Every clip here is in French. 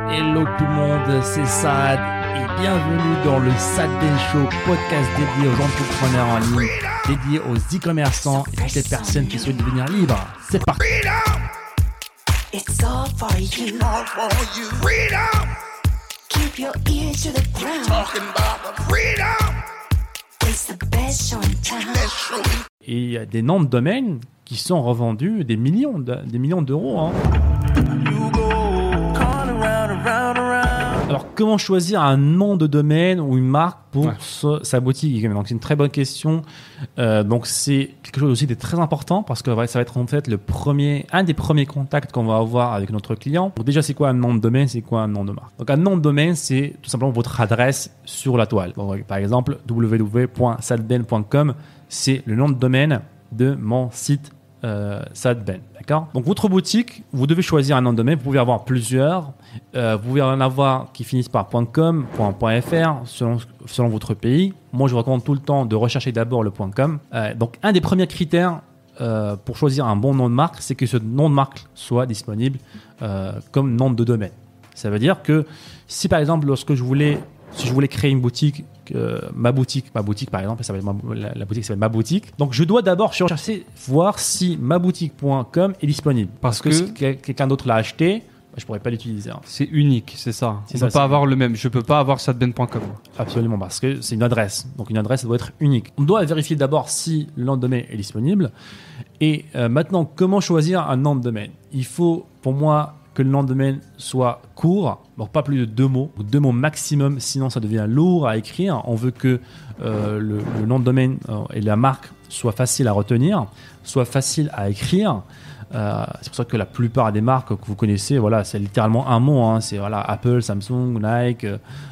Hello tout le monde, c'est Saad et bienvenue dans le Saad Ben Show, podcast dédié aux entrepreneurs en ligne, dédié aux e-commerçants et toutes les personnes qui souhaitent devenir libres. C'est parti. It's all for you. All for you. Freedom. Keep your ear to the ground. Talking about the freedom. It's the best show in town. Let's show you. Et il y a des noms de domaines qui sont revendus des millions d'euros. Hein. You go all around, around, around. Alors, comment choisir un nom de domaine ou une marque pour sa boutique? Donc, c'est une très bonne question. Donc, c'est quelque chose aussi de très important parce que ça va être en fait un des premiers contacts qu'on va avoir avec notre client. Donc, déjà, c'est quoi un nom de domaine? C'est quoi un nom de marque? Donc, un nom de domaine, c'est tout simplement votre adresse sur la toile. Donc, par exemple, www.saadben.com, c'est le nom de domaine de mon site Saad Ben, d'accord? Donc votre boutique, vous devez choisir un nom de domaine. Vous pouvez avoir plusieurs. Vous pouvez en avoir qui finissent par .com, .fr, selon votre pays. Moi, je vous recommande tout le temps de rechercher d'abord le .com. Donc un des premiers critères pour choisir un bon nom de marque, c'est que ce nom de marque soit disponible comme nom de domaine. Ça veut dire que si par exemple, si je voulais créer une boutique, ma boutique par exemple, la boutique s'appelle Ma Boutique. Donc je dois d'abord chercher, voir si maboutique.com est disponible. Parce que si quelqu'un d'autre l'a acheté, je pourrais pas l'utiliser. Hein. C'est unique, c'est ça. C'est On ça, peut pas c'est avoir le même. Je peux pas avoir saadben.com. Absolument, parce que c'est une adresse. Donc une adresse, ça doit être unique. On doit vérifier d'abord si le nom de domaine est disponible. Et maintenant, comment choisir un nom de domaine? Il faut, pour moi, que le nom de domaine soit court, donc pas plus de 2 mots, 2 mots maximum, sinon ça devient lourd à écrire. On veut que le nom de domaine et la marque soient faciles à retenir, soient faciles à écrire. C'est pour ça que la plupart des marques que vous connaissez, voilà, c'est littéralement un mot. Hein, c'est voilà, Apple, Samsung, Nike,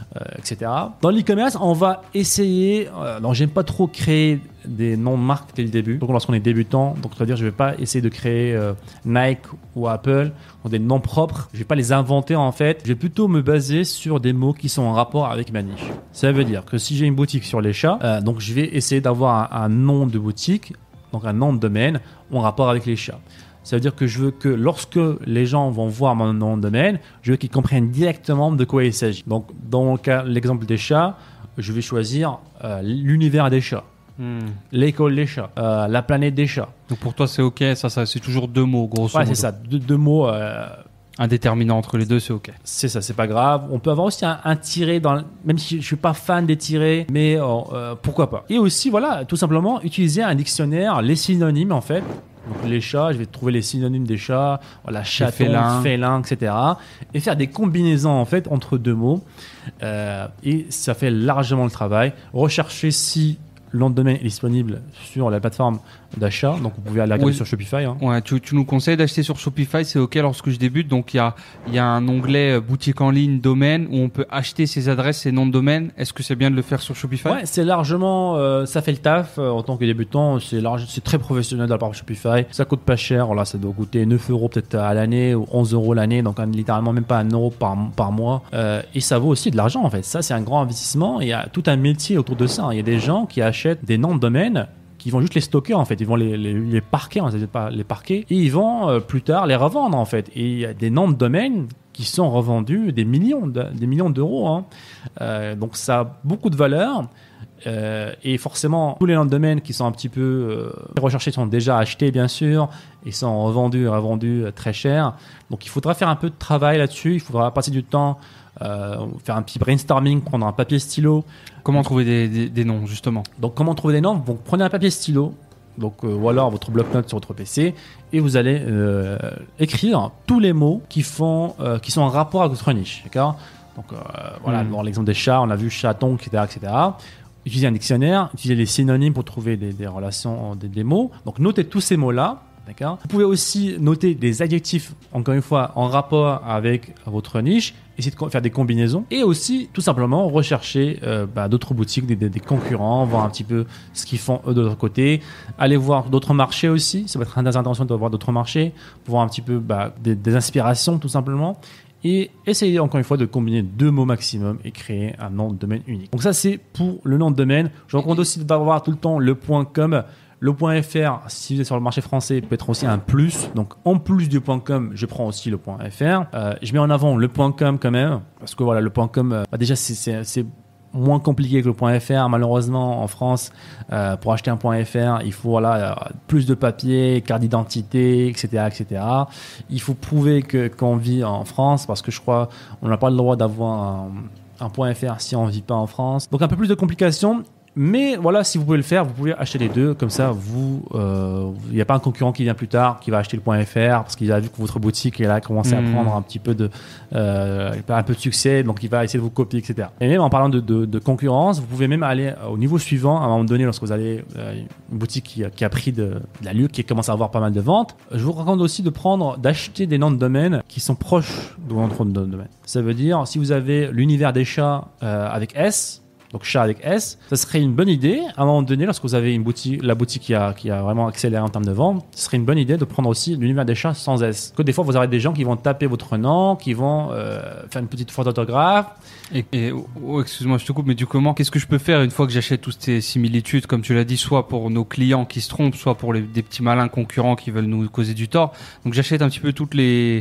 etc. Dans l'e-commerce, on va essayer. Donc, j'aime pas trop créer des noms de marques dès le début. Donc, lorsqu'on est débutant, donc c'est-à-dire, je vais pas essayer de créer Nike ou Apple, des noms propres. Je vais pas les inventer en fait. Je vais plutôt me baser sur des mots qui sont en rapport avec ma niche. Ça veut dire que si j'ai une boutique sur les chats, donc je vais essayer d'avoir un nom de boutique, donc un nom de domaine en rapport avec les chats. Ça veut dire que je veux que lorsque les gens vont voir mon nom de domaine, je veux qu'ils comprennent directement de quoi il s'agit. Donc, dans l'exemple des chats, je vais choisir l'univers des chats, l'école des chats, la planète des chats. Donc pour toi, c'est OK. Ça c'est toujours 2 mots, grosso modo. Ouais, c'est ça. Deux mots. Un déterminant entre les deux, c'est OK. C'est ça, c'est pas grave. On peut avoir aussi un tiret, même si je suis pas fan des tirets, mais pourquoi pas. Et aussi, voilà, tout simplement, utiliser un dictionnaire, les synonymes en fait. Donc les chats, je vais trouver les synonymes des chats, voilà, chaton, félin, etc. Et faire des combinaisons en fait entre 2 mots. Et ça fait largement le travail. Rechercher si le nom de domaine est disponible sur la plateforme d'achat. Donc vous pouvez aller regarder sur Shopify. Hein. Ouais, tu nous conseilles d'acheter sur Shopify, c'est OK lorsque je débute. Donc il y a un onglet boutique en ligne, domaine, où on peut acheter ses adresses, ses noms de domaine. Est-ce que c'est bien de le faire sur Shopify? Ouais, c'est largement, ça fait le taf en tant que débutant. C'est très professionnel de la part de Shopify. Ça coûte pas cher. Voilà, ça doit coûter 9 € peut-être à l'année ou 11 € l'année. Donc littéralement même pas 1 € par mois. Et ça vaut aussi de l'argent en fait. Ça, c'est un grand investissement. Il y a tout un métier autour de ça. Il y a des gens qui achètent des noms de domaine qui vont juste les stocker en fait, ils vont les parquer, on ne sait pas les parquer, et ils vont plus tard les revendre en fait. Et il y a des noms de domaine qui sont revendus des millions d'euros. Hein. Donc ça a beaucoup de valeur. Et forcément, tous les noms de domaine qui sont un petit peu recherchés sont déjà achetés bien sûr, et sont revendus très cher. Donc il faudra faire un peu de travail là-dessus, il faudra passer du temps, faire un petit brainstorming, prendre un papier stylo. Comment trouver des noms justement? Donc comment trouver des noms? Donc prenez un papier stylo, donc ou alors votre bloc-notes sur votre PC, et vous allez écrire tous les mots qui sont en rapport avec votre niche, d'accord? Donc voilà, dans l'exemple des chats, on a vu chaton, etc. Utilisez un dictionnaire, utilisez les synonymes pour trouver des relations, des mots. Donc notez tous ces mots-là. D'accord. Vous pouvez aussi noter des adjectifs, encore une fois, en rapport avec votre niche, essayer de faire des combinaisons, et aussi, tout simplement, rechercher d'autres boutiques, des concurrents, voir un petit peu ce qu'ils font eux de leur côté, aller voir d'autres marchés aussi, ça va être très intéressant de voir d'autres marchés, pour voir un petit peu des inspirations, tout simplement, et essayer encore une fois de combiner 2 mots maximum et créer un nom de domaine unique. Donc ça, c'est pour le nom de domaine. Je recommande aussi d'avoir tout le temps le .com. Le .fr, si vous êtes sur le marché français, peut être aussi un plus. Donc, en plus du .com, je prends aussi le .fr. Je mets en avant le .com quand même, parce que voilà, le .com, déjà, c'est moins compliqué que le .fr. Malheureusement, en France, pour acheter un .fr, il faut plus de papier, carte d'identité, etc., etc. Il faut prouver qu'on vit en France, parce que je crois on n'a pas le droit d'avoir un .fr si on ne vit pas en France. Donc, un peu plus de complications. Mais voilà, si vous pouvez le faire, vous pouvez acheter les deux. Comme ça, il n'y a pas un concurrent qui vient plus tard, qui va acheter le .fr parce qu'il a vu que votre boutique elle a commencé à prendre un petit peu un peu de succès, donc il va essayer de vous copier, etc. Et même en parlant de concurrence, vous pouvez même aller au niveau suivant à un moment donné lorsque vous avez une boutique qui a pris de l'allure, qui commence à avoir pas mal de ventes. Je vous recommande aussi d'acheter des noms de domaine qui sont proches de votre nom de domaine. Ça veut dire, si vous avez l'univers des chats avec S, donc chat avec S, ça serait une bonne idée à un moment donné lorsque vous avez la boutique qui a vraiment accéléré en termes de vente, ce serait une bonne idée de prendre aussi l'univers des chats sans S. Que des fois vous aurez des gens qui vont taper votre nom, qui vont faire une petite faute d'orthographe. Excuse-moi, je te coupe, mais qu'est-ce que je peux faire une fois que j'achète toutes ces similitudes, comme tu l'as dit, soit pour nos clients qui se trompent, soit pour des petits malins concurrents qui veulent nous causer du tort. Donc j'achète un petit peu tous les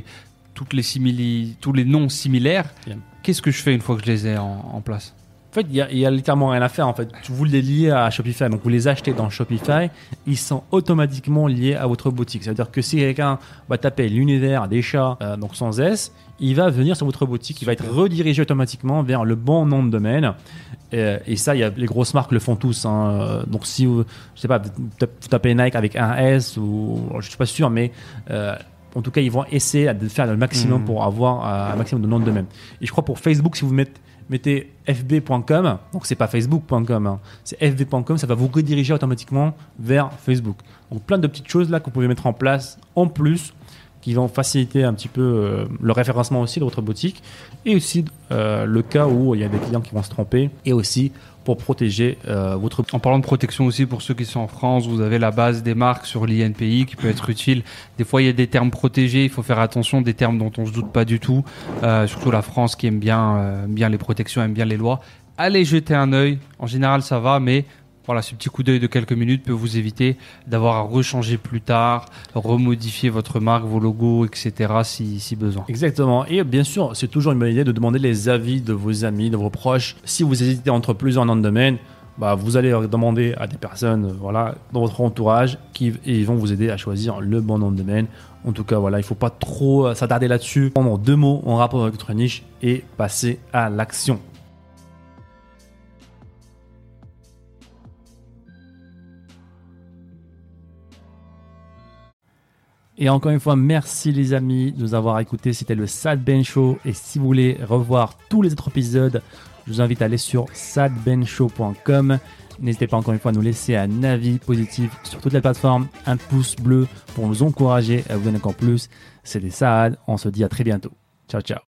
noms similaires. Yeah. Qu'est-ce que je fais une fois que je les ai en place? En fait, il y a littéralement rien à faire. En fait, vous les liez à Shopify, donc vous les achetez dans Shopify, ils sont automatiquement liés à votre boutique. Ça veut dire que si quelqu'un va taper l'univers des chats, donc sans S, il va venir sur votre boutique, il va être redirigé automatiquement vers le bon nom de domaine. Et ça, les grosses marques le font tous. Donc si vous tapez Nike avec un S, ou je suis pas sûr, mais en tout cas, ils vont essayer de faire le maximum pour avoir un maximum de noms de domaine. Et je crois pour Facebook, si vous mettez fb.com, donc c'est pas facebook.com, c'est fb.com, ça va vous rediriger automatiquement vers Facebook. Donc plein de petites choses là que vous pouvez mettre en place en plus qui vont faciliter un petit peu le référencement aussi de votre boutique, et aussi le cas où il y a des clients qui vont se tromper, et aussi pour protéger votre... En parlant de protection aussi, pour ceux qui sont en France, vous avez la base des marques sur l'INPI qui peut être utile. Des fois, il y a des termes protégés, il faut faire attention, des termes dont on ne se doute pas du tout. Surtout la France qui aime bien les protections, aime bien les lois. Allez jeter un œil. En général, ça va, mais voilà, ce petit coup d'œil de quelques minutes peut vous éviter d'avoir à rechanger plus tard, remodifier votre marque, vos logos, etc. si besoin. Exactement. Et bien sûr, c'est toujours une bonne idée de demander les avis de vos amis, de vos proches. Si vous hésitez entre plusieurs noms de domaine, vous allez demander à des personnes dans votre entourage et ils vont vous aider à choisir le bon nom de domaine. En tout cas, il ne faut pas trop s'attarder là-dessus. Prendre 2 mots en rapport avec votre niche et passer à l'action. Et encore une fois, merci les amis de nous avoir écoutés. C'était le Sad Ben Show. Et si vous voulez revoir tous les autres épisodes, je vous invite à aller sur sadbenshow.com. N'hésitez pas encore une fois à nous laisser un avis positif sur toutes les plateformes, un pouce bleu pour nous encourager à vous donner encore plus. C'était Saad. On se dit à très bientôt. Ciao, ciao.